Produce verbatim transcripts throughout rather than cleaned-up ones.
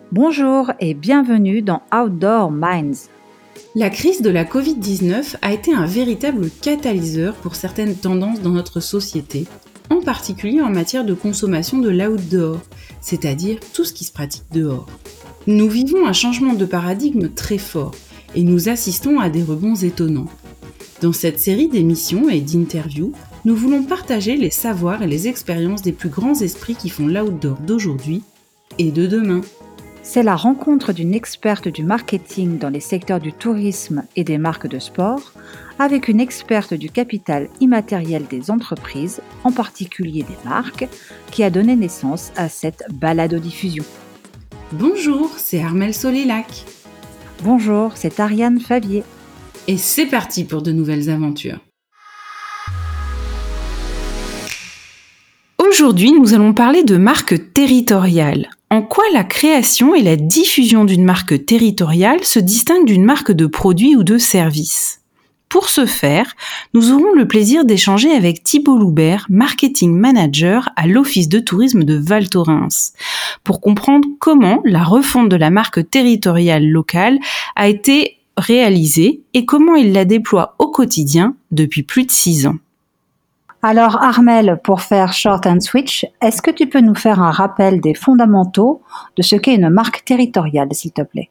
Bonjour et bienvenue dans Outdoor Minds. La crise de la covid dix-neuf a été un véritable catalyseur pour certaines tendances dans notre société, en particulier en matière de consommation de l'outdoor, c'est-à-dire tout ce qui se pratique dehors. Nous vivons un changement de paradigme très fort et nous assistons à des rebonds étonnants. Dans cette série d'émissions et d'interviews, nous voulons partager les savoirs et les expériences des plus grands esprits qui font l'outdoor d'aujourd'hui et de demain. C'est la rencontre d'une experte du marketing dans les secteurs du tourisme et des marques de sport avec une experte du capital immatériel des entreprises, en particulier des marques, qui a donné naissance à cette balado-diffusion. Bonjour, c'est Armelle Solélac. Bonjour, c'est Ariane Favier. Et c'est parti pour de nouvelles aventures. Aujourd'hui, nous allons parler de marque territoriale. En quoi la création et la diffusion d'une marque territoriale se distinguent d'une marque de produit ou de service ? Pour ce faire, nous aurons le plaisir d'échanger avec Thibault Loubert, marketing manager à l'Office de tourisme de Val Thorens, pour comprendre comment la refonte de la marque territoriale locale a été réalisée et comment il la déploie au quotidien depuis plus de six ans. Alors Armelle, pour faire short and switch, est-ce que tu peux nous faire un rappel des fondamentaux de ce qu'est une marque territoriale, s'il te plaît ?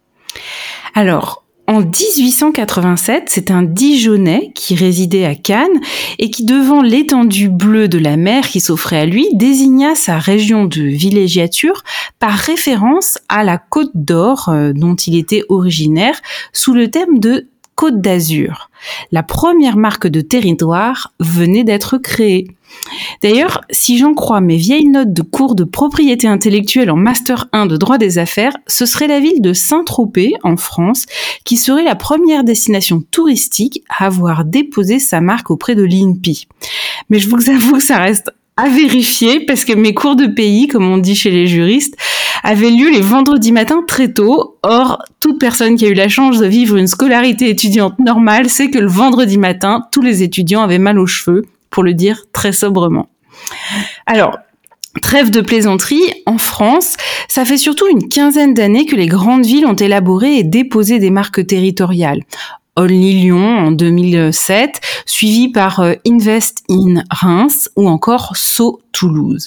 Alors, en dix-huit cent quatre-vingt-sept, c'est un Dijonnais qui résidait à Cannes et qui, devant l'étendue bleue de la mer qui s'offrait à lui, désigna sa région de villégiature par référence à la Côte d'Or euh, dont il était originaire, sous le thème de Côte d'Azur. La première marque de territoire venait d'être créée. D'ailleurs, si j'en crois mes vieilles notes de cours de propriété intellectuelle en Master un de droit des affaires, ce serait la ville de Saint-Tropez, en France, qui serait la première destination touristique à avoir déposé sa marque auprès de l'I N P I. Mais je vous avoue que ça reste à vérifier parce que mes cours de P I, comme on dit chez les juristes, avaient lieu les vendredis matins très tôt. Or, toute personne qui a eu la chance de vivre une scolarité étudiante normale sait que le vendredi matin, tous les étudiants avaient mal aux cheveux, pour le dire très sobrement. Alors, trêve de plaisanterie, en France, ça fait surtout une quinzaine d'années que les grandes villes ont élaboré et déposé des marques territoriales. Only Lyon en deux mille sept, suivi par euh, Invest in Reims ou encore Sceaux Toulouse.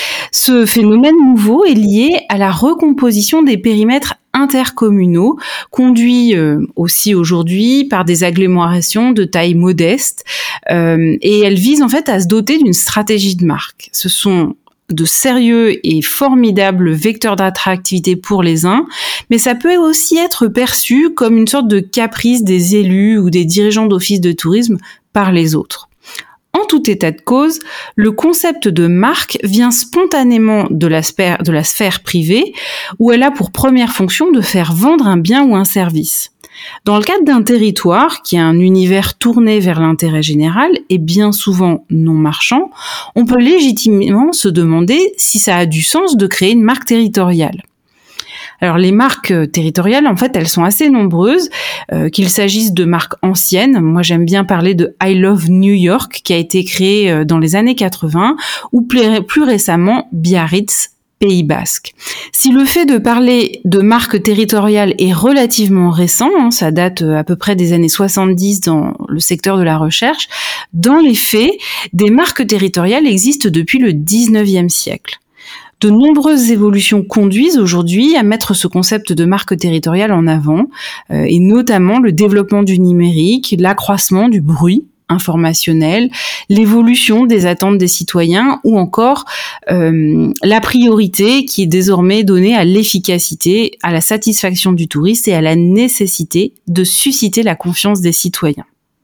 Ce phénomène nouveau est lié à la recomposition des périmètres intercommunaux, conduits euh, aussi aujourd'hui par des agglomérations de taille modeste, euh, et elles visent en fait à se doter d'une stratégie de marque. Ce sont de sérieux et formidables vecteurs d'attractivité pour les uns, mais ça peut aussi être perçu comme une sorte de caprice des élus ou des dirigeants d'office de tourisme par les autres. En tout état de cause, le concept de marque vient spontanément de la sphère, de la sphère privée, où elle a pour première fonction de faire vendre un bien ou un service. Dans le cadre d'un territoire qui a un univers tourné vers l'intérêt général et bien souvent non marchand, on peut légitimement se demander si ça a du sens de créer une marque territoriale. Alors les marques territoriales, en fait, elles sont assez nombreuses, euh, qu'il s'agisse de marques anciennes. Moi, j'aime bien parler de I Love New York, qui a été créée euh, dans les années quatre-vingts, ou plus, plus récemment Biarritz, Pays Basque. Si le fait de parler de marque territoriale est relativement récent, hein, ça date à peu près des années soixante-dix dans le secteur de la recherche, dans les faits, des marques territoriales existent depuis le dix-neuvième siècle. De nombreuses évolutions conduisent aujourd'hui à mettre ce concept de marque territoriale en avant, euh, et notamment le développement du numérique, l'accroissement du bruit informationnel, l'évolution des attentes des citoyens ou encore euh, la priorité qui est désormais donnée à l'efficacité, à la satisfaction du touriste et à la nécessité de susciter la confiance des citoyens.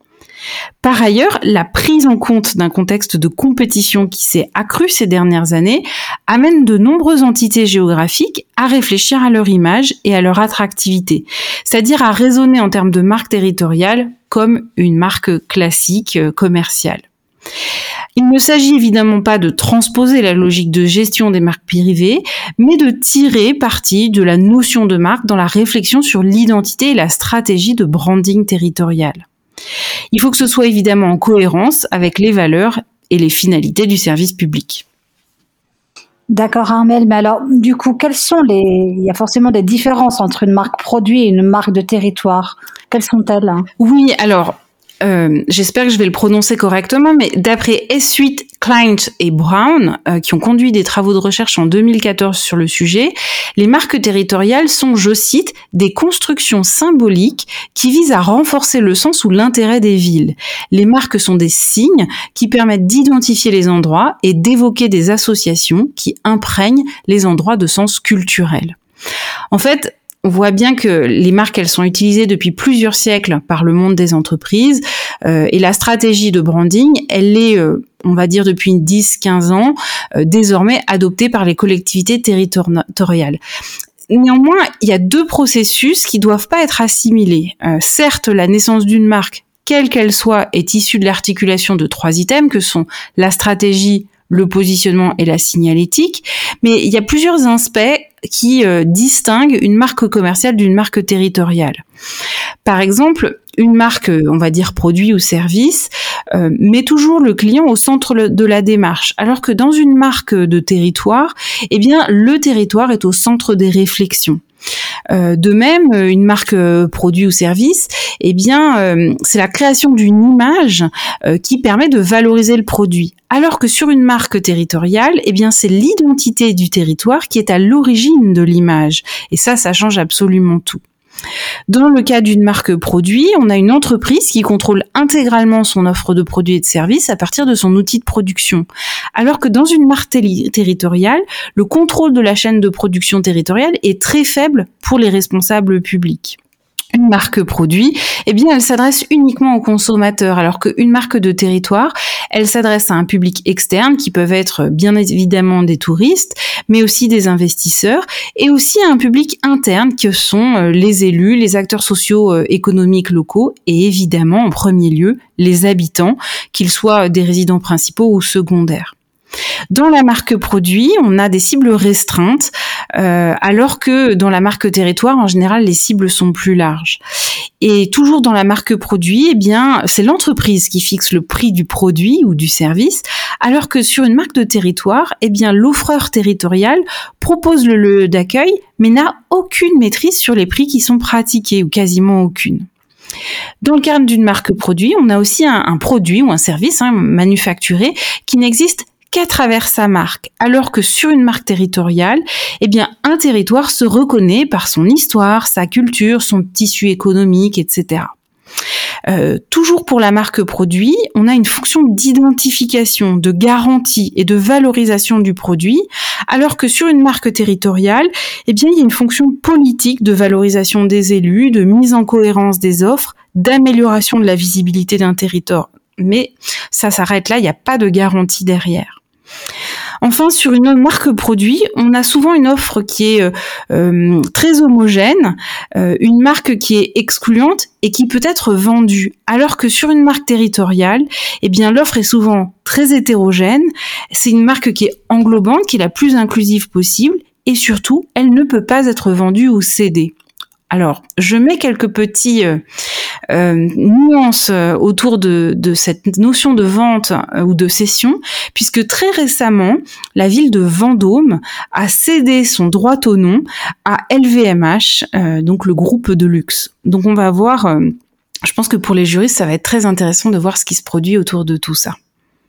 Par ailleurs, la prise en compte d'un contexte de compétition qui s'est accru ces dernières années amène de nombreuses entités géographiques à réfléchir à leur image et à leur attractivité, c'est-à-dire à raisonner en termes de marque territoriale comme une marque classique euh, commerciale. Il ne s'agit évidemment pas de transposer la logique de gestion des marques privées, mais de tirer parti de la notion de marque dans la réflexion sur l'identité et la stratégie de branding territorial. Il faut que ce soit évidemment en cohérence avec les valeurs et les finalités du service public. D'accord, Armelle. Mais alors, du coup, quelles sont les... Il y a forcément des différences entre une marque produit et une marque de territoire. Quelles sont-elles? Oui, alors, euh, j'espère que je vais le prononcer correctement, mais d'après S huit, Klein et Brown, euh, qui ont conduit des travaux de recherche en deux mille quatorze sur le sujet, les marques territoriales sont, je cite, des constructions symboliques qui visent à renforcer le sens ou l'intérêt des villes. Les marques sont des signes qui permettent d'identifier les endroits et d'évoquer des associations qui imprègnent les endroits de sens culturel. En fait, on voit bien que les marques, elles sont utilisées depuis plusieurs siècles par le monde des entreprises euh, et la stratégie de branding, elle est, euh, on va dire depuis dix à quinze ans, euh, désormais adoptée par les collectivités territoriales. Néanmoins, il y a deux processus qui doivent pas être assimilés. Euh, certes, la naissance d'une marque, quelle qu'elle soit, est issue de l'articulation de trois items que sont la stratégie, le positionnement et la signalétique, mais il y a plusieurs aspects qui euh, distinguent une marque commerciale d'une marque territoriale. Par exemple, une marque, on va dire produit ou service, euh, met toujours le client au centre de la démarche, alors que dans une marque de territoire, eh bien, le territoire est au centre des réflexions. Euh, de même, une marque euh, produit ou service, eh bien, euh, c'est la création d'une image euh, qui permet de valoriser le produit. Alors que sur une marque territoriale, eh bien, c'est l'identité du territoire qui est à l'origine de l'image. Et ça, ça change absolument tout. Dans le cas d'une marque produit, on a une entreprise qui contrôle intégralement son offre de produits et de services à partir de son outil de production. Alors que dans une marque terri- territoriale, le contrôle de la chaîne de production territoriale est très faible pour les responsables publics. Une marque produit, eh bien, elle s'adresse uniquement aux consommateurs, alors qu'une marque de territoire, elle s'adresse à un public externe qui peuvent être bien évidemment des touristes, mais aussi des investisseurs, et aussi à un public interne que sont les élus, les acteurs sociaux économiques locaux, et évidemment, en premier lieu, les habitants, qu'ils soient des résidents principaux ou secondaires. Dans la marque produit, on a des cibles restreintes, euh, alors que dans la marque territoire, en général, les cibles sont plus larges. Et toujours dans la marque produit, eh bien, c'est l'entreprise qui fixe le prix du produit ou du service, alors que sur une marque de territoire, eh bien, l'offreur territorial propose le lieu d'accueil, mais n'a aucune maîtrise sur les prix qui sont pratiqués, ou quasiment aucune. Dans le cadre d'une marque produit, on a aussi un, un produit ou un service hein, manufacturé qui n'existe qu'à travers sa marque, alors que sur une marque territoriale, eh bien, un territoire se reconnaît par son histoire, sa culture, son tissu économique, et cetera. Euh, toujours pour la marque produit, on a une fonction d'identification, de garantie et de valorisation du produit, alors que sur une marque territoriale, eh bien, il y a une fonction politique de valorisation des élus, de mise en cohérence des offres, d'amélioration de la visibilité d'un territoire. Mais ça s'arrête là, il n'y a pas de garantie derrière. Enfin, sur une marque produit, on a souvent une offre qui est euh, très homogène, euh, une marque qui est excluante et qui peut être vendue. Alors que sur une marque territoriale, eh bien l'offre est souvent très hétérogène. C'est une marque qui est englobante, qui est la plus inclusive possible, et surtout, elle ne peut pas être vendue ou cédée. Alors, je mets quelques petits euh, euh, nuances euh, autour de, de cette notion de vente euh, ou de cession, puisque très récemment, la ville de Vendôme a cédé son droit au nom à L V M H, euh, donc le groupe de luxe. Donc, on va voir, euh, je pense que pour les juristes, ça va être très intéressant de voir ce qui se produit autour de tout ça.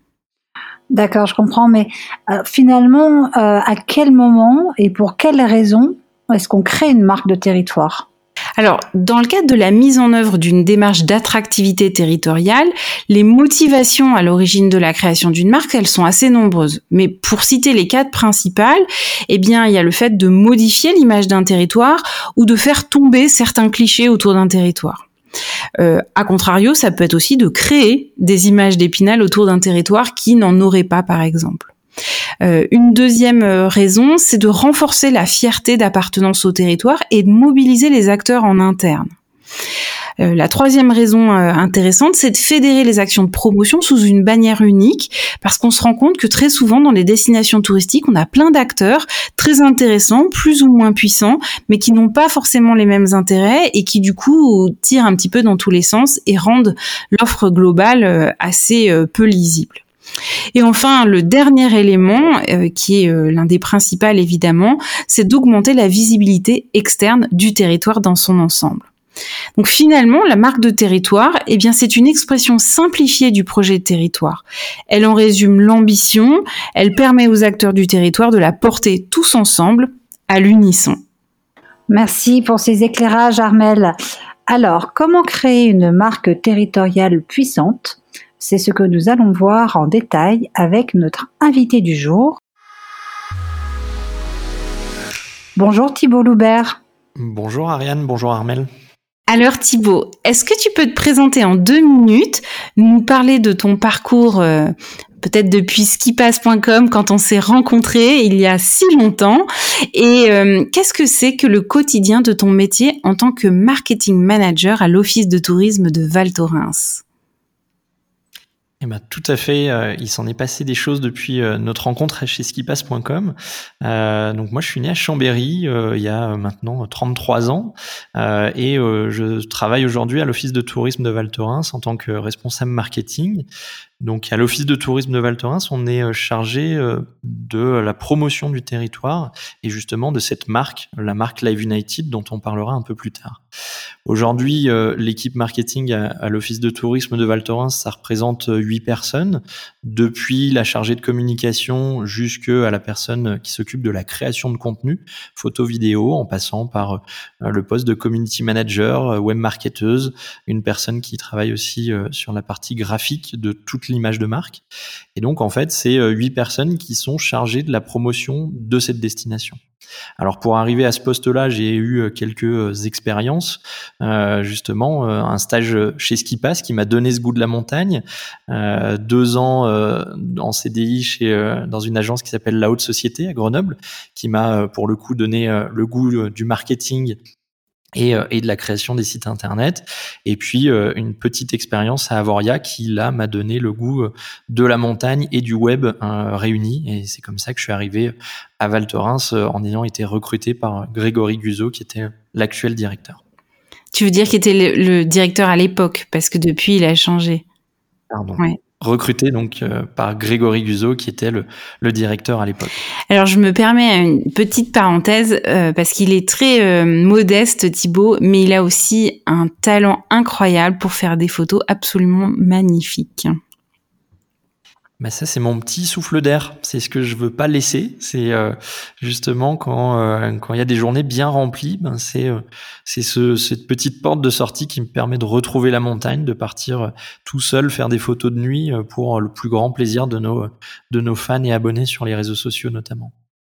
D'accord, je comprends, mais euh, finalement, euh, à quel moment et pour quelles raisons est-ce qu'on crée une marque de territoire ? Alors, dans le cadre de la mise en œuvre d'une démarche d'attractivité territoriale, les motivations à l'origine de la création d'une marque, elles sont assez nombreuses. Mais pour citer les quatre principales, eh bien, il y a le fait de modifier l'image d'un territoire ou de faire tomber certains clichés autour d'un territoire. Euh, à contrario, ça peut être aussi de créer des images d'Épinal autour d'un territoire qui n'en aurait pas, par exemple. Euh, une deuxième raison, c'est de renforcer la fierté d'appartenance au territoire et de mobiliser les acteurs en interne. Euh, la troisième raison euh, intéressante, c'est de fédérer les actions de promotion sous une bannière unique, parce qu'on se rend compte que très souvent dans les destinations touristiques, on a plein d'acteurs très intéressants, plus ou moins puissants, mais qui n'ont pas forcément les mêmes intérêts et qui du coup tirent un petit peu dans tous les sens et rendent l'offre globale euh, assez euh, peu lisible. Et enfin, le dernier élément, euh, qui est euh, l'un des principaux évidemment, c'est d'augmenter la visibilité externe du territoire dans son ensemble. Donc finalement, la marque de territoire, eh bien, c'est une expression simplifiée du projet de territoire. Elle en résume l'ambition, elle permet aux acteurs du territoire de la porter tous ensemble, à l'unisson. Merci pour ces éclairages, Armelle. Alors, comment créer une marque territoriale puissante ? C'est ce que nous allons voir en détail avec notre invité du jour. Bonjour Thibault Loubert. Bonjour Ariane, bonjour Armelle. Alors Thibault, est-ce que tu peux te présenter en deux minutes, nous parler de ton parcours, euh, peut-être depuis skipass point com quand on s'est rencontrés il y a si longtemps, et euh, qu'est-ce que c'est que le quotidien de ton métier en tant que marketing manager à l'Office de tourisme de Val Thorens ? Eh ben, tout à fait. Euh, il s'en est passé des choses depuis euh, notre rencontre chez skipass point com. Euh, donc moi, je suis né à Chambéry euh, il y a maintenant trente-trois ans euh, et euh, je travaille aujourd'hui à l'Office de tourisme de Val Thorens en tant que responsable marketing. Donc à l'Office de tourisme de Val Thorens, on est chargé de la promotion du territoire et justement de cette marque, la marque Live United, dont on parlera un peu plus tard. Aujourd'hui, l'équipe marketing à l'Office de tourisme de Val Thorens, ça représente huit personnes, depuis la chargée de communication jusqu'à la personne qui s'occupe de la création de contenu, photo, vidéo, en passant par le poste de community manager, web marketeuse, une personne qui travaille aussi sur la partie graphique de toute l'image de marque. Et donc, en fait, c'est huit personnes qui sont chargées de la promotion de cette destination. Alors, pour arriver à ce poste-là, j'ai eu quelques expériences. Euh, justement, un stage chez Skipass qui m'a donné ce goût de la montagne. Euh, deux ans euh, en C D I chez, euh, dans une agence qui s'appelle La Haute Société à Grenoble, qui m'a, pour le coup, donné euh, le goût du marketing et, et de la création des sites internet, et puis euh, une petite expérience à Avoria qui là m'a donné le goût de la montagne et du web euh, réunis, et c'est comme ça que je suis arrivé à Val Thorens euh, en ayant été recruté par Grégory Guzot qui était l'actuel directeur. Tu veux dire qu'il était le, le directeur à l'époque, parce que depuis il a changé. Pardon. Ouais. Recruté donc euh, par Grégory Guzot qui était le, le directeur à l'époque. Alors je me permets une petite parenthèse euh, parce qu'il est très euh, modeste Thibault, mais il a aussi un talent incroyable pour faire des photos absolument magnifiques. Bah ça c'est mon petit souffle d'air, c'est ce que je veux pas laisser. C'est euh, justement quand euh, quand il y a des journées bien remplies, ben c'est euh, c'est ce cette petite porte de sortie qui me permet de retrouver la montagne, de partir euh, tout seul faire des photos de nuit euh, pour le plus grand plaisir de nos de nos fans et abonnés sur les réseaux sociaux notamment.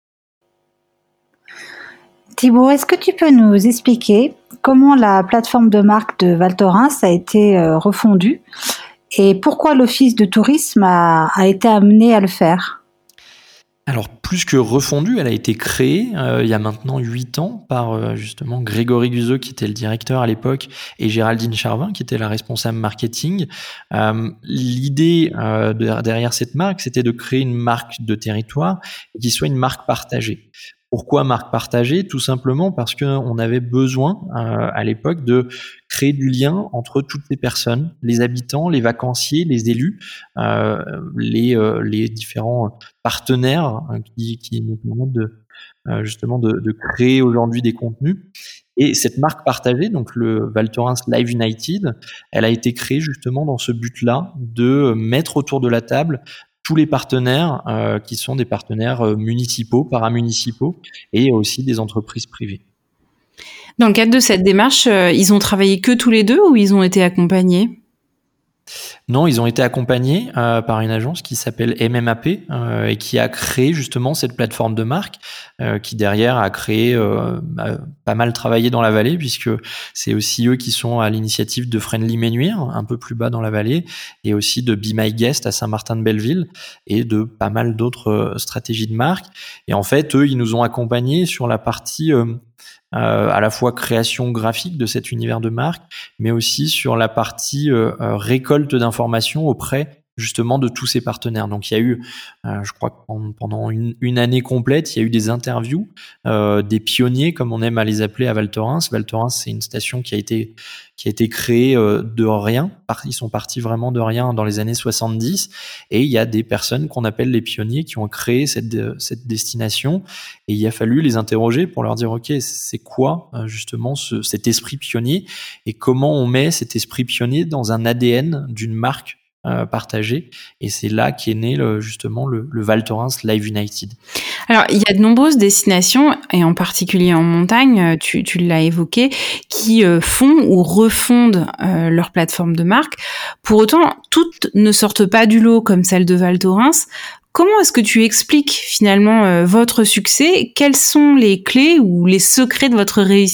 Thibault, est-ce que tu peux nous expliquer comment la plateforme de marque de Val Thorens a été euh, refondue? Et pourquoi l'Office de tourisme a, a été amené à le faire? Alors, plus que refondue, elle a été créée euh, il y a maintenant huit ans par euh, justement Grégory Guzot qui était le directeur à l'époque et Géraldine Charvin qui était la responsable marketing. Euh, l'idée euh, de, derrière cette marque, c'était de créer une marque de territoire qui soit une marque partagée. Pourquoi marque partagée? Tout simplement parce que on avait besoin euh, à l'époque de créer du lien entre toutes les personnes, les habitants, les vacanciers, les élus, euh, les euh, les différents partenaires hein, qui qui nous permettent de euh, justement de, de créer aujourd'hui des contenus. Et cette marque partagée, donc le Val Thorens Live United, elle a été créée justement dans ce but-là de mettre autour de la table tous les partenaires euh, qui sont des partenaires euh, municipaux, paramunicipaux et aussi des entreprises privées. Dans le cadre de cette démarche, euh, ils ont travaillé que tous les deux ou ils ont été accompagnés ? Non, ils ont été accompagnés euh, par une agence qui s'appelle M M A P euh, et qui a créé justement cette plateforme de marque euh, qui derrière a créé euh, bah, pas mal travaillé dans la vallée puisque c'est aussi eux qui sont à l'initiative de Friendly Menuire un peu plus bas dans la vallée et aussi de Be My Guest à Saint-Martin-de-Belleville et de pas mal d'autres euh, stratégies de marque. Et en fait, eux, ils nous ont accompagnés sur la partie euh, Euh, à la fois création graphique de cet univers de marque, mais aussi sur la partie euh, récolte d'informations auprès justement de tous ces partenaires. Donc il y a eu, euh, je crois que pendant une, une année complète, il y a eu des interviews euh, des pionniers, comme on aime à les appeler à Val Thorens. Val Thorens, c'est une station qui a été qui a été créée euh, de rien. Ils sont partis vraiment de rien dans les années soixante-dix, et il y a des personnes qu'on appelle les pionniers qui ont créé cette cette destination, et il a fallu les interroger pour leur dire ok, c'est quoi euh, justement ce, cet esprit pionnier, et comment on met cet esprit pionnier dans un A D N d'une marque Euh, partagé, et c'est là qu'est né le, justement le, le Val Thorens Live United. Alors, il y a de nombreuses destinations, et en particulier en montagne, tu, tu l'as évoqué, qui euh, font ou refondent euh, leur plateforme de marque. Pour autant, toutes ne sortent pas du lot comme celle de Val Thorens. Comment est-ce que tu expliques finalement euh, votre succès ? Quelles sont les clés ou les secrets de votre réussite ?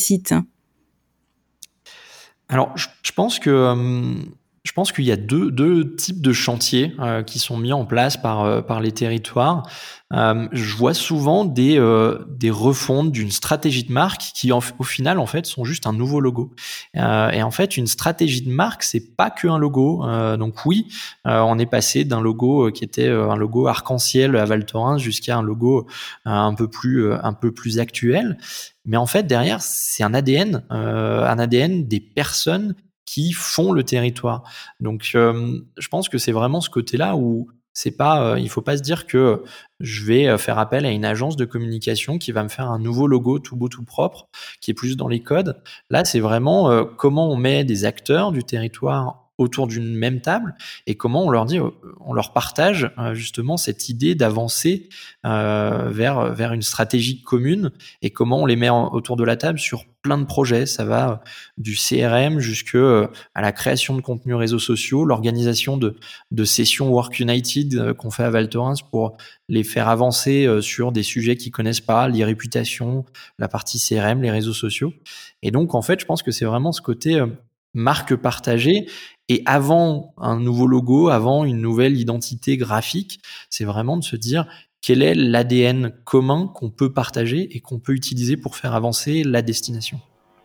Alors, je, je pense que euh, je pense qu'il y a deux, deux types de chantiers euh, qui sont mis en place par, euh, par les territoires. Euh, je vois souvent des, euh, des refontes d'une stratégie de marque qui, en, au final, en fait, sont juste un nouveau logo. Euh, et en fait, une stratégie de marque, c'est pas que un logo. Euh, donc oui, euh, on est passé d'un logo qui était un logo arc-en-ciel à Val Thorens jusqu'à un logo euh, un peu plus, un peu plus actuel. Mais en fait, derrière, c'est un A D N, euh, un A D N des personnes qui font le territoire. Donc, euh, je pense que c'est vraiment ce côté-là où c'est pas, euh, il faut pas se dire que je vais faire appel à une agence de communication qui va me faire un nouveau logo tout beau, tout propre, qui est plus dans les codes. Là, c'est vraiment euh, comment on met des acteurs du territoire autour d'une même table, et comment on leur dit, on leur partage euh, justement cette idée d'avancer euh, vers vers une stratégie commune, et comment on les met en, autour de la table sur plein de projets. Ça va du C R M jusque euh, à la création de contenus réseaux sociaux, l'organisation de de sessions Work United euh, qu'on fait à Val Thorens pour les faire avancer euh, sur des sujets qu'ils connaissent pas, les réputations, la partie C R M, les réseaux sociaux. Et donc en fait, je pense que c'est vraiment ce côté euh, marque partagée. Et avant un nouveau logo, avant une nouvelle identité graphique, c'est vraiment de se dire quel est l'A D N commun qu'on peut partager et qu'on peut utiliser pour faire avancer la destination.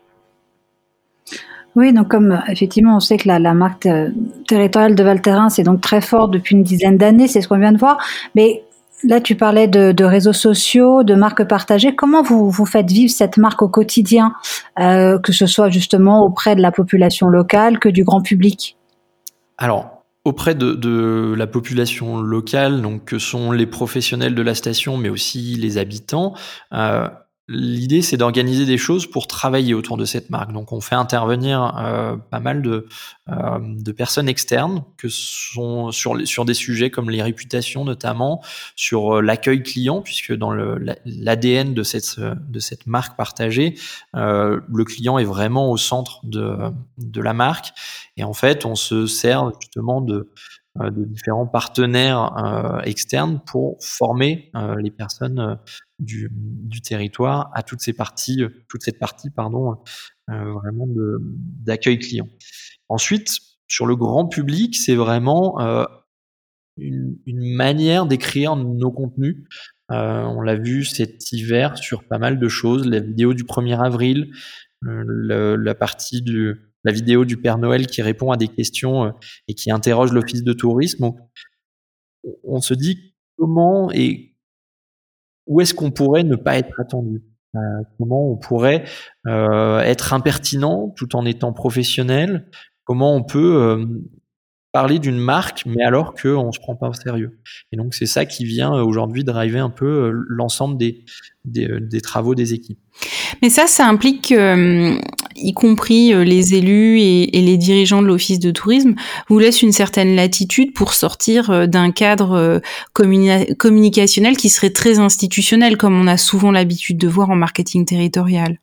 Oui, donc comme effectivement on sait que la, la marque ter- territoriale de Val Thorens est donc très forte depuis une dizaine d'années, c'est ce qu'on vient de voir, mais là, tu parlais de, de réseaux sociaux, de marques partagées. Comment vous, vous faites vivre cette marque au quotidien, euh, que ce soit justement auprès de la population locale que du grand public ? Alors, auprès de, de la population locale, donc que sont les professionnels de la station, mais aussi les habitants, euh, l'idée, c'est d'organiser des choses pour travailler autour de cette marque. Donc, on fait intervenir euh, pas mal de, euh, de personnes externes, que sont sur, les, sur des sujets comme les réputations notamment, sur euh, l'accueil client, puisque dans le, la, l'A D N de cette, de cette marque partagée, euh, le client est vraiment au centre de, de la marque. Et en fait, on se sert justement de de différents partenaires euh, externes pour former euh, les personnes euh, du, du territoire à toutes ces parties, toute cette partie, pardon, euh, vraiment de, d'accueil client. Ensuite, sur le grand public, c'est vraiment euh, une, une manière d'écrire nos contenus. Euh, on l'a vu cet hiver sur pas mal de choses, la vidéo du premier avril, euh, le, la partie du la vidéo du Père Noël qui répond à des questions euh, et qui interroge l'office de tourisme. On, on se dit comment et où est-ce qu'on pourrait ne pas être attendu, euh, comment on pourrait euh, être impertinent tout en étant professionnel, comment on peut euh, parler d'une marque, mais alors qu'on se prend pas au sérieux. Et donc, c'est ça qui vient aujourd'hui driver un peu l'ensemble des, des, des travaux des équipes. Mais ça, ça implique, euh, y compris les élus et, et les dirigeants de l'office de tourisme, vous laisse une certaine latitude pour sortir d'un cadre communi- communicationnel qui serait très institutionnel, comme on a souvent l'habitude de voir en marketing territorial.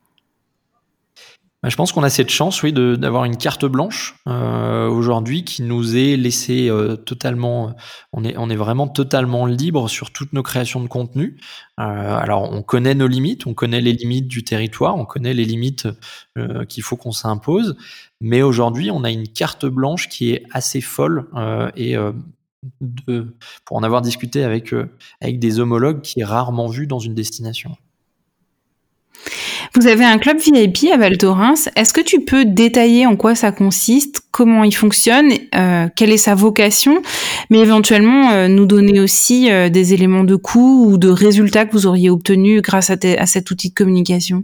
Je pense qu'on a cette chance, oui, de, d'avoir une carte blanche euh, aujourd'hui qui nous est laissée euh, totalement. On est, on est vraiment totalement libre sur toutes nos créations de contenu. Euh, alors, on connaît nos limites, on connaît les limites du territoire, on connaît les limites euh, qu'il faut qu'on s'impose. Mais aujourd'hui, on a une carte blanche qui est assez folle euh, et euh, de, pour en avoir discuté avec euh, avec des homologues, qui est rarement vue dans une destination. Vous avez un club V I P à Val Thorens. Est-ce que tu peux détailler en quoi ça consiste, comment il fonctionne, euh, quelle est sa vocation, mais éventuellement euh, nous donner aussi euh, des éléments de coût ou de résultats que vous auriez obtenus grâce à, te- à cet outil de communication?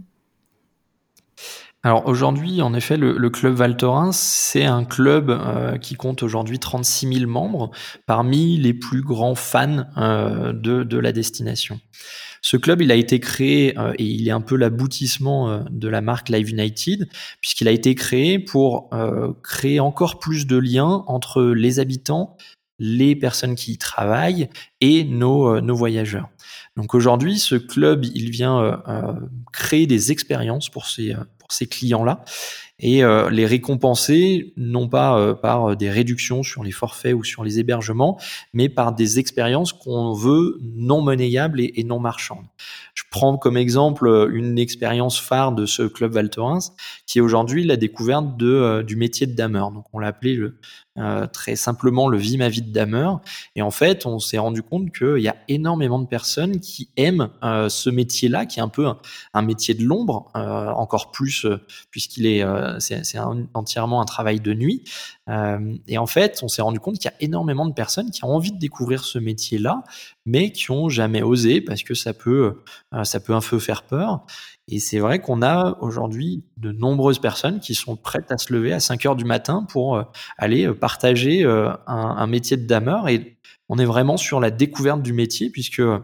Alors aujourd'hui, en effet, le, le club Val Thorens, c'est un club euh, qui compte aujourd'hui trente-six mille membres, parmi les plus grands fans euh, de, de la destination. Ce club, il a été créé, euh, et il est un peu l'aboutissement euh, de la marque Live United, puisqu'il a été créé pour euh, créer encore plus de liens entre les habitants, les personnes qui y travaillent et nos, euh, nos voyageurs. Donc aujourd'hui, ce club, il vient euh, euh, créer des expériences pour ces, euh, pour ces clients-là et euh, les récompenser non pas euh, par des réductions sur les forfaits ou sur les hébergements, mais par des expériences qu'on veut non monnayables et, et non marchandes. Je prends comme exemple une expérience phare de ce club Val Thorens, qui est aujourd'hui la découverte de, euh, du métier de dameur. Donc on l'a appelé le, euh, très simplement le Vie ma vie de dameur. Et en fait, on s'est rendu compte qu'il y a énormément de personnes qui aiment euh, ce métier-là, qui est un peu un, un métier de l'ombre, euh, encore plus euh, puisqu'il est, euh, c'est, c'est un, entièrement un travail de nuit. Euh, et en fait, on s'est rendu compte qu'il y a énormément de personnes qui ont envie de découvrir ce métier-là, mais qui ont jamais osé parce que ça peut, euh, ça peut un peu faire peur. Et c'est vrai qu'on a aujourd'hui de nombreuses personnes qui sont prêtes à se lever à cinq heures du matin pour euh, aller euh, partager euh, un, un métier de dameur. Et on est vraiment sur la découverte du métier puisque euh,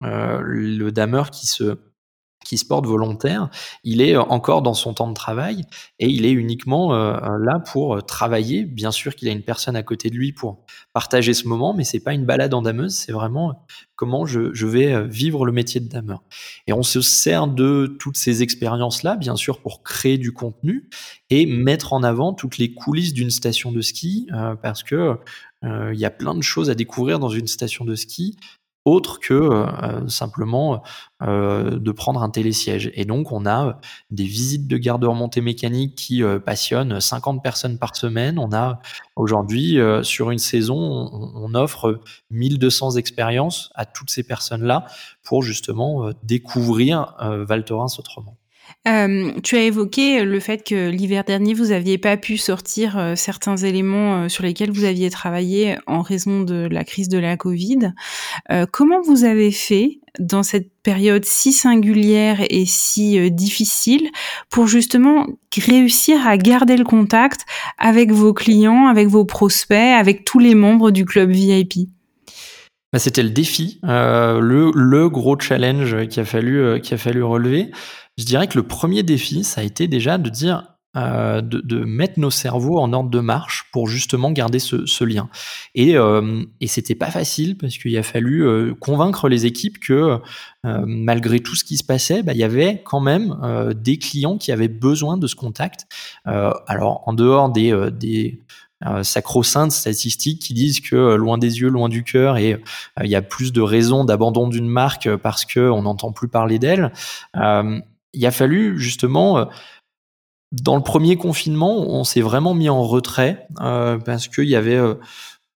le dameur qui se qui se porte volontaire, il est encore dans son temps de travail et il est uniquement euh, là pour travailler. Bien sûr qu'il a une personne à côté de lui pour partager ce moment, mais c'est pas une balade en dameuse, c'est vraiment comment je, je vais vivre le métier de dameur. Et on se sert de toutes ces expériences-là, bien sûr, pour créer du contenu et mettre en avant toutes les coulisses d'une station de ski, euh, parce que euh, il y a plein de choses à découvrir dans une station de ski autre que euh, simplement euh, de prendre un télésiège. Et donc, on a des visites de garde remontée mécanique qui euh, passionnent cinquante personnes par semaine. On a aujourd'hui, euh, sur une saison, on, on offre mille deux cents expériences à toutes ces personnes-là pour justement euh, découvrir euh, Val Thorens autrement. Euh, tu as évoqué le fait que l'hiver dernier, vous n'aviez pas pu sortir euh, certains éléments euh, sur lesquels vous aviez travaillé en raison de la crise de la Covid. Euh, comment vous avez fait dans cette période si singulière et si euh, difficile pour justement réussir à garder le contact avec vos clients, avec vos prospects, avec tous les membres du club V I P? Bah, c'était le défi, euh, le, le gros challenge qu'il a fallu, euh, qu'il a fallu relever. Je dirais que le premier défi, ça a été déjà de dire, euh, de, de mettre nos cerveaux en ordre de marche pour justement garder ce, ce lien. Et, euh, et c'était pas facile parce qu'il a fallu euh, convaincre les équipes que euh, malgré tout ce qui se passait, bah, il y avait quand même euh, des clients qui avaient besoin de ce contact. Euh, alors en dehors des, euh, des Euh, sacro-saintes statistiques qui disent que euh, loin des yeux, loin du cœur, et euh, il y a plus de raisons d'abandon d'une marque parce que on n'entend plus parler d'elle. Euh, il a fallu justement, euh, dans le premier confinement, on s'est vraiment mis en retrait euh, parce qu'il y avait euh,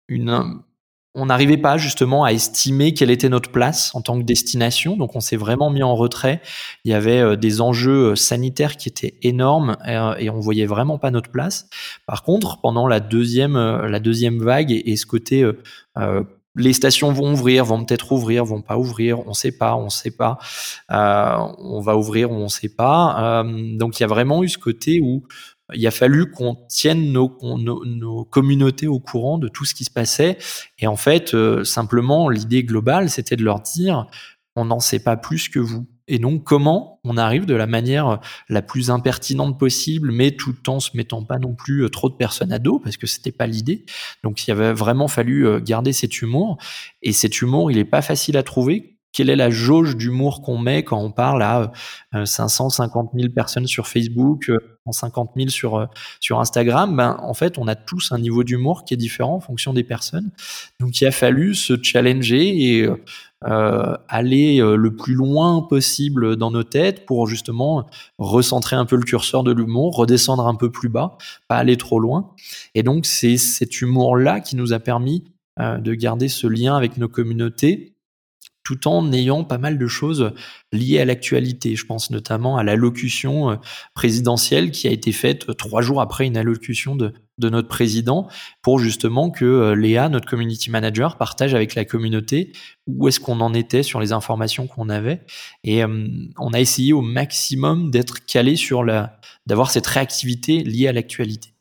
une on n'arrivait pas justement à estimer quelle était notre place en tant que destination, donc on s'est vraiment mis en retrait. Il y avait euh, des enjeux sanitaires qui étaient énormes euh, et on voyait vraiment pas notre place. Par contre, pendant la deuxième, euh, la deuxième vague et, et ce côté, euh, euh, les stations vont ouvrir, vont peut-être ouvrir, vont pas ouvrir, on sait pas, on sait pas, euh, on va ouvrir ou on sait pas. Euh, donc il y a vraiment eu ce côté où il a fallu qu'on tienne nos, nos, nos communautés au courant de tout ce qui se passait. Et en fait, euh, simplement, l'idée globale, c'était de leur dire, on n'en sait pas plus que vous. Et donc, comment on arrive de la manière la plus impertinente possible, mais tout en se mettant pas non plus trop de personnes à dos, parce que c'était pas l'idée. Donc, il avait vraiment fallu garder cet humour. Et cet humour, il est pas facile à trouver. Quelle est la jauge d'humour qu'on met quand on parle à cinq cent cinquante mille personnes sur Facebook, cinquante mille sur, sur Instagram? Ben, en fait, on a tous un niveau d'humour qui est différent en fonction des personnes. Donc, il a fallu se challenger et euh, aller le plus loin possible dans nos têtes pour justement recentrer un peu le curseur de l'humour, redescendre un peu plus bas, pas aller trop loin. Et donc, c'est cet humour-là qui nous a permis euh, de garder ce lien avec nos communautés, tout en ayant pas mal de choses liées à l'actualité. Je pense notamment à l'allocution présidentielle qui a été faite trois jours après une allocution de, de notre président pour justement que Léa, notre community manager, partage avec la communauté où est-ce qu'on en était sur les informations qu'on avait. Et euh, on a essayé au maximum d'être calé sur la, d'avoir cette réactivité liée à l'actualité.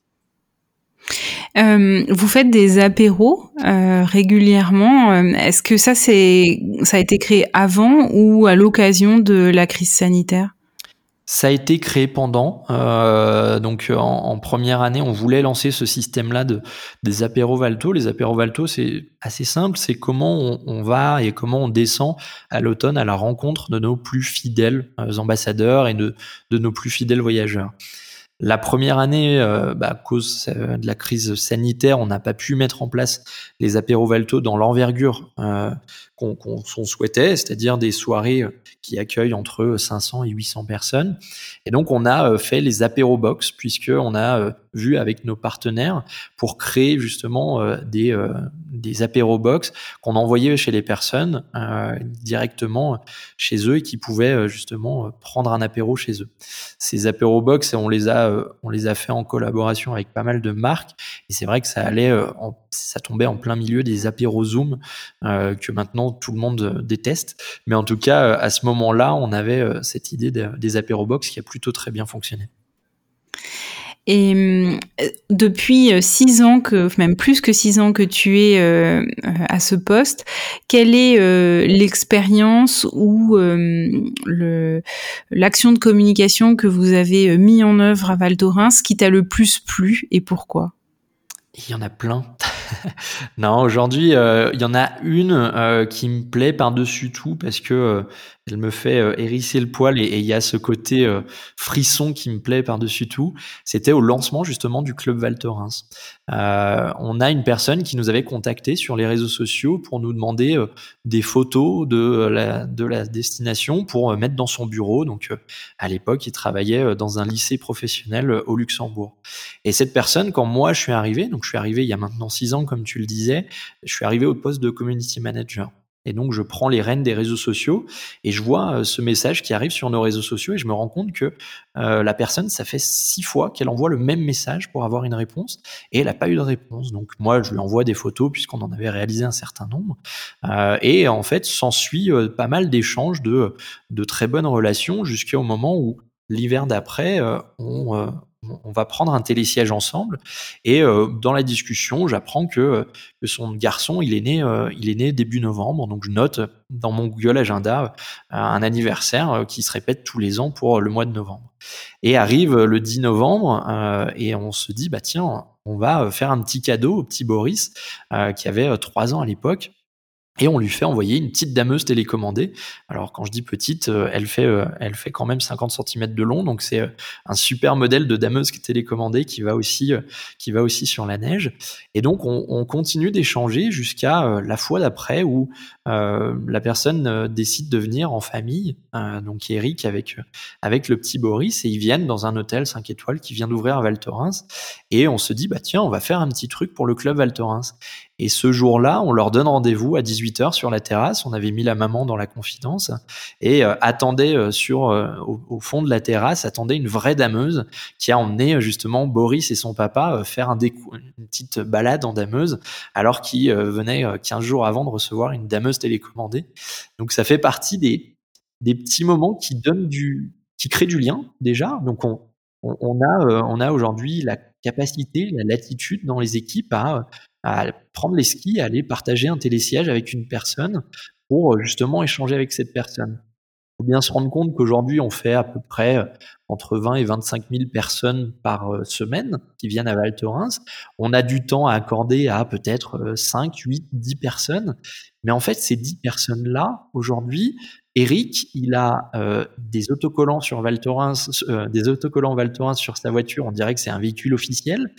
Euh, vous faites des apéros euh, régulièrement. Est-ce que ça, c'est, ça a été créé avant ou à l'occasion de la crise sanitaire ? Ça a été créé pendant. Euh, donc, en, en première année, on voulait lancer ce système-là de, des apéros Valto. Les apéros Valto, c'est assez simple. C'est comment on, on va et comment on descend à l'automne à la rencontre de nos plus fidèles euh, ambassadeurs et de, de nos plus fidèles voyageurs. La première année, euh, bah, à cause euh, de la crise sanitaire, on n'a pas pu mettre en place les apéros Valto dans l'envergure euh, qu'on, qu'on, qu'on souhaitait, c'est-à-dire des soirées qui accueillent entre cinq cents et huit cents personnes. Et donc, on a euh, fait les apéros box, puisqu'on a euh, vu avec nos partenaires pour créer justement euh, des, euh, des apéros box qu'on envoyait chez les personnes euh, directement chez eux et qui pouvaient euh, justement prendre un apéro chez eux. Ces apéros box, on les a on les a fait en collaboration avec pas mal de marques et c'est vrai que ça allait en, ça tombait en plein milieu des apéros Zoom euh, que maintenant tout le monde déteste, mais en tout cas à ce moment-là on avait cette idée de, des apéros box qui a plutôt très bien fonctionné. Et euh, depuis six ans, que même plus que six ans que tu es euh, à ce poste, quelle est euh, l'expérience ou euh, le, l'action de communication que vous avez mis en œuvre à Val Thorens qui t'a le plus plu et pourquoi ? Il y en a plein. Non, aujourd'hui, euh, il y en a une euh, qui me plaît par-dessus tout parce que euh, elle me fait euh, hérisser le poil et il y a ce côté euh, frisson qui me plaît par-dessus tout. C'était au lancement justement du Club Val Thorens. Euh, on a une personne qui nous avait contacté sur les réseaux sociaux pour nous demander euh, des photos de la, de la destination pour euh, mettre dans son bureau. Donc, euh, à l'époque, il travaillait euh, dans un lycée professionnel euh, au Luxembourg. Et cette personne, quand moi je suis arrivé, donc je suis arrivé il y a maintenant six ans, comme tu le disais, je suis arrivé au poste de community manager. Et donc, je prends les rênes des réseaux sociaux et je vois euh, ce message qui arrive sur nos réseaux sociaux et je me rends compte que euh, la personne, ça fait six fois qu'elle envoie le même message pour avoir une réponse et elle n'a pas eu de réponse. Donc, moi, je lui envoie des photos puisqu'on en avait réalisé un certain nombre. Euh, et en fait, s'ensuit euh, pas mal d'échanges de, de très bonnes relations jusqu'au moment où l'hiver d'après, euh, on... Euh, on va prendre un télésiège ensemble et euh, dans la discussion, j'apprends que, que son garçon, il est né, euh, il est né début novembre. Donc je note dans mon Google Agenda euh, un anniversaire euh, qui se répète tous les ans pour le mois de novembre. Et arrive le dix novembre euh, et on se dit bah tiens, on va faire un petit cadeau au petit Boris euh, qui avait trois ans à l'époque. Et on lui fait envoyer une petite dameuse télécommandée. Alors quand je dis petite, elle fait, elle fait quand même cinquante centimètres de long, donc c'est un super modèle de dameuse télécommandée qui va aussi, qui va aussi sur la neige. Et donc on, on continue d'échanger jusqu'à la fois d'après où euh, la personne décide de venir en famille, euh, donc Eric avec avec le petit Boris, et ils viennent dans un hôtel cinq étoiles qui vient d'ouvrir à Val Thorens. Et on se dit bah tiens, on va faire un petit truc pour le club Val Thorens. Et ce jour-là, on leur donne rendez-vous à dix-huit heures sur la terrasse. On avait mis la maman dans la confidence et euh, attendait euh, sur euh, au, au fond de la terrasse, attendait une vraie dameuse qui a emmené euh, justement Boris et son papa euh, faire un décou- une petite balade en dameuse alors qu'ils euh, venaient euh, quinze jours avant de recevoir une dameuse télécommandée. Donc ça fait partie des, des petits moments qui donnent du, qui créent du lien déjà. Donc on, on, on a, euh, on a aujourd'hui la capacité, la latitude dans les équipes à à prendre les skis, à aller partager un télésiège avec une personne pour justement échanger avec cette personne. Il faut bien se rendre compte qu'aujourd'hui, on fait à peu près entre vingt et vingt-cinq mille personnes par semaine qui viennent à Val Thorens. On a du temps à accorder à peut-être cinq, huit, dix personnes. Mais en fait, ces dix personnes-là, aujourd'hui, Eric, il a euh, des autocollants sur Val Thorens, euh, des autocollants Val Thorens sur sa voiture. On dirait que c'est un véhicule officiel.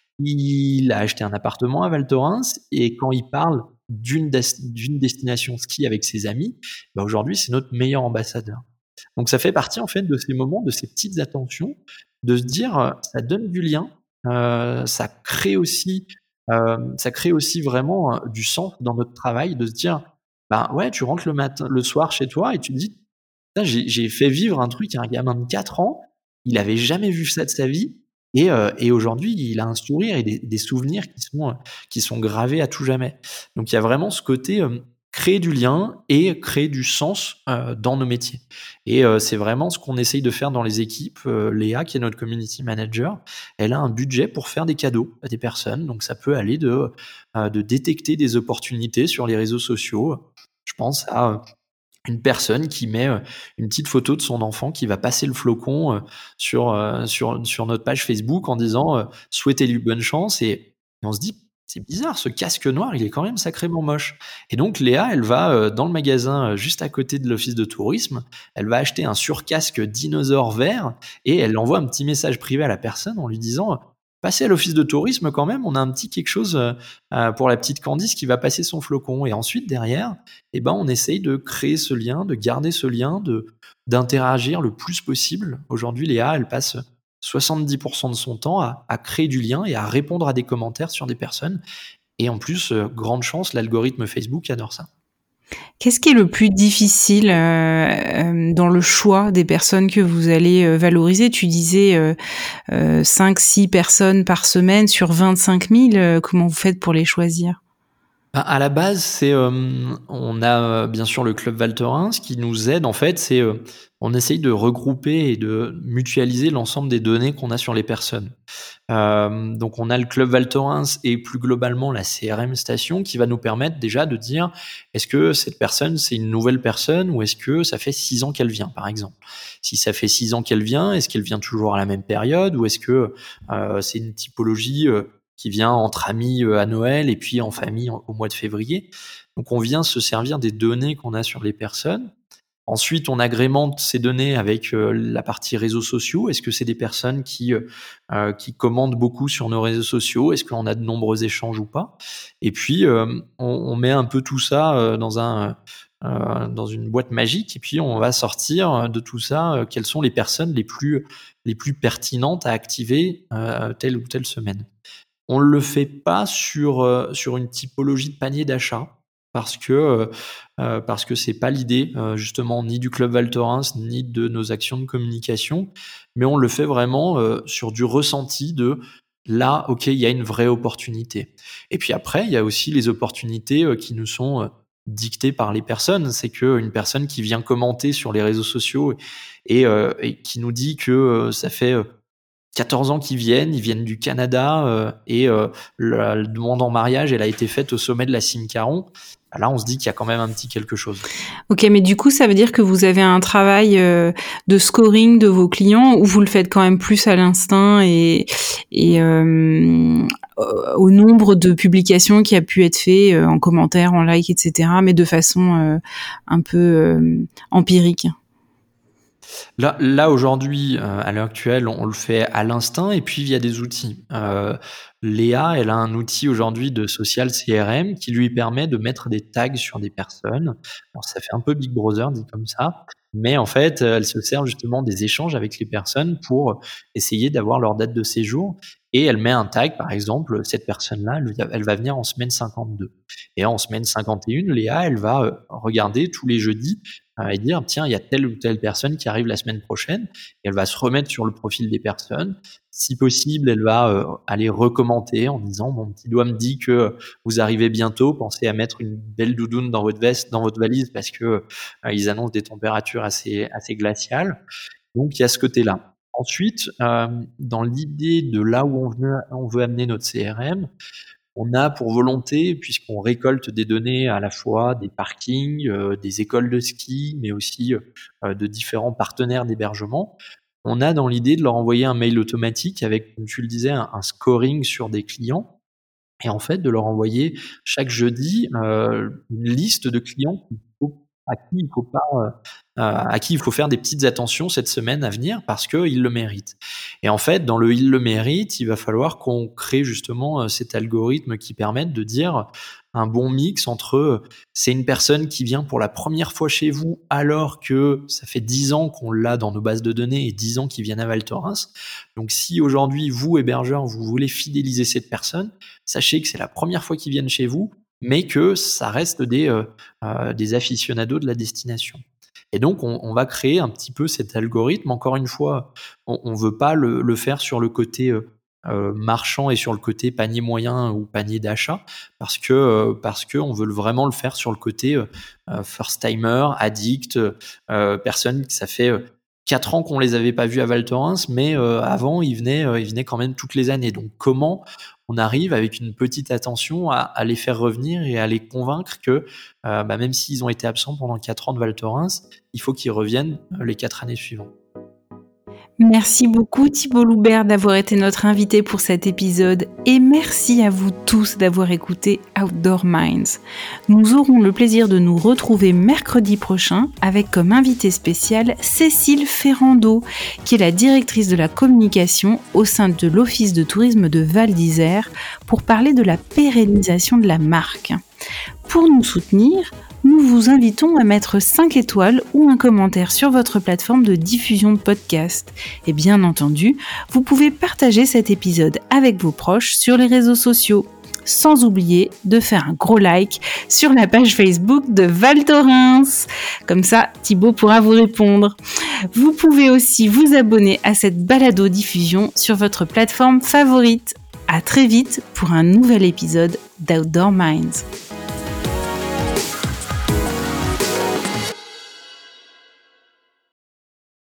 Il a acheté un appartement à Val Thorens et quand il parle d'une, des- d'une destination ski avec ses amis, bah aujourd'hui c'est notre meilleur ambassadeur. Donc ça fait partie en fait de ces moments, de ces petites attentions, de se dire euh, ça donne du lien, euh, ça crée aussi, euh, ça crée aussi vraiment euh, du sens dans notre travail, de se dire bah ouais, tu rentres le matin, le soir chez toi et tu te dis, j'ai, j'ai fait vivre un truc à un gamin de quatre ans, il avait jamais vu ça de sa vie, et, euh, et aujourd'hui, il a un sourire et des, des souvenirs qui sont, euh, qui sont gravés à tout jamais. Donc il y a vraiment ce côté euh, créer du lien et créer du sens euh, dans nos métiers. Et euh, c'est vraiment ce qu'on essaye de faire dans les équipes. Euh, Léa, qui est notre community manager, elle a un budget pour faire des cadeaux à des personnes. Donc ça peut aller de, euh, de détecter des opportunités sur les réseaux sociaux. Je pense à euh, une personne qui met euh, une petite photo de son enfant qui va passer le flocon euh, sur, euh, sur, sur notre page Facebook en disant euh, souhaitez-lui bonne chance, et, et on se dit c'est bizarre, ce casque noir il est quand même sacrément moche. Et donc Léa, elle va euh, dans le magasin euh, juste à côté de l'office de tourisme, elle va acheter un surcasque dinosaure vert et elle envoie un petit message privé à la personne en lui disant passez à l'office de tourisme quand même, on a un petit quelque chose euh, euh, pour la petite Candice qui va passer son flocon. Et ensuite derrière, eh ben, on essaye de créer ce lien, de garder ce lien, de, d'interagir le plus possible. Aujourd'hui, Léa, elle passe soixante-dix pour cent de son temps à, à créer du lien et à répondre à des commentaires sur des personnes. Et en plus, euh, grande chance, l'algorithme Facebook adore ça. Qu'est-ce qui est le plus difficile euh, euh, dans le choix des personnes que vous allez euh, valoriser? Tu disais euh, euh, cinq six personnes par semaine sur vingt-cinq mille. Euh, comment vous faites pour les choisir? À la base, c'est euh, on a euh, bien sûr le club Val Thorens qui nous aide. En fait, c'est euh, on essaye de regrouper et de mutualiser l'ensemble des données qu'on a sur les personnes. Euh, donc, on a le club Val Thorens et plus globalement la C R M station qui va nous permettre déjà de dire est-ce que cette personne c'est une nouvelle personne ou est-ce que ça fait six ans qu'elle vient, par exemple. Si ça fait six ans qu'elle vient, est-ce qu'elle vient toujours à la même période ou est-ce que euh, c'est une typologie euh, qui vient entre amis à Noël et puis en famille au mois de février. Donc on vient se servir des données qu'on a sur les personnes. Ensuite, on agrémente ces données avec euh, la partie réseaux sociaux. Est-ce que c'est des personnes qui euh, qui commandent beaucoup sur nos réseaux sociaux? Est-ce qu'on a de nombreux échanges ou pas? Et puis euh, on, on met un peu tout ça euh, dans un euh, dans une boîte magique et puis on va sortir de tout ça euh, quelles sont les personnes les plus les plus pertinentes à activer euh, telle ou telle semaine. On le fait pas sur euh, sur une typologie de panier d'achat parce que euh, parce que c'est pas l'idée euh, justement ni du club Val Thorens ni de nos actions de communication, mais on le fait vraiment euh, sur du ressenti de là, ok, il y a une vraie opportunité. Et puis après, il y a aussi les opportunités euh, qui nous sont euh, dictées par les personnes. C'est que une personne qui vient commenter sur les réseaux sociaux et, euh, et qui nous dit que euh, ça fait euh, quatorze ans qu'ils viennent, ils viennent du Canada euh, et euh, la, la demande en mariage, elle a été faite au sommet de la cime Caron. Là, on se dit qu'il y a quand même un petit quelque chose. Ok, mais du coup, ça veut dire que vous avez un travail euh, de scoring de vos clients ou vous le faites quand même plus à l'instinct et, et euh, au nombre de publications qui a pu être fait euh, en commentaire, en like, et cetera, mais de façon euh, un peu euh, empirique. Là, là aujourd'hui, euh, à l'heure actuelle, on, on le fait à l'instinct et puis via des outils. Euh, Léa, elle a un outil aujourd'hui de social C R M qui lui permet de mettre des tags sur des personnes. Alors ça fait un peu Big Brother dit comme ça, mais en fait, elle se sert justement des échanges avec les personnes pour essayer d'avoir leur date de séjour. Et elle met un tag, par exemple, cette personne-là, elle, elle va venir en semaine cinquante-deux. Et en semaine cinquante et un, Léa, elle va euh, regarder tous les jeudis euh, et dire, tiens, il y a telle ou telle personne qui arrive la semaine prochaine. Et elle va se remettre sur le profil des personnes. Si possible, elle va euh, aller recommenter en disant, mon petit doigt me dit que vous arrivez bientôt, pensez à mettre une belle doudoune dans votre veste, dans votre valise, parce que euh, ils annoncent des températures assez, assez glaciales. Donc, il y a ce côté-là. Ensuite, euh, dans l'idée de là où on veut, on veut amener notre C R M, on a pour volonté, puisqu'on récolte des données à la fois des parkings, euh, des écoles de ski, mais aussi euh, de différents partenaires d'hébergement, on a dans l'idée de leur envoyer un mail automatique avec, comme tu le disais, un, un scoring sur des clients, et en fait de leur envoyer chaque jeudi euh, une liste de clients qu'il faut, à qui il faut pas euh, à qui il faut faire des petites attentions cette semaine à venir parce qu'ils le méritent. Et en fait, dans le il le mérite, il va falloir qu'on crée justement cet algorithme qui permette de dire un bon mix entre c'est une personne qui vient pour la première fois chez vous alors que ça fait dix ans qu'on l'a dans nos bases de données et dix ans qu'ils viennent à Val Thorens. Donc si aujourd'hui, vous, hébergeurs, vous voulez fidéliser cette personne, sachez que c'est la première fois qu'ils viennent chez vous. mais que ça reste des, euh, euh, des aficionados de la destination. Et donc, on, on va créer un petit peu cet algorithme. Encore une fois, on ne veut pas le, le faire sur le côté euh, euh, marchand et sur le côté panier moyen ou panier d'achat, parce que euh, parce que on veut vraiment le faire sur le côté euh, first timer, addict, euh, personne qui ça fait euh, quatre ans qu'on les avait pas vus à Val Thorens, mais euh, avant ils venaient euh, ils venaient quand même toutes les années. Donc comment on arrive avec une petite attention à, à les faire revenir et à les convaincre que euh, bah, même s'ils ont été absents pendant quatre ans de Val Thorens, il faut qu'ils reviennent les quatre années suivantes. Merci beaucoup Thibault Loubert d'avoir été notre invité pour cet épisode et merci à vous tous d'avoir écouté Outdoor Minds. Nous aurons le plaisir de nous retrouver mercredi prochain avec comme invité spécial Cécile Ferrando, qui est la directrice de la communication au sein de l'Office de tourisme de Val d'Isère pour parler de la pérennisation de la marque. Pour nous soutenir, nous vous invitons à mettre cinq étoiles ou un commentaire sur votre plateforme de diffusion de podcast. Et bien entendu, vous pouvez partager cet épisode avec vos proches sur les réseaux sociaux. Sans oublier de faire un gros like sur la page Facebook de Val Thorens. Comme ça, Thibault pourra vous répondre. Vous pouvez aussi vous abonner à cette balado-diffusion sur votre plateforme favorite. À très vite pour un nouvel épisode d'Outdoor Minds.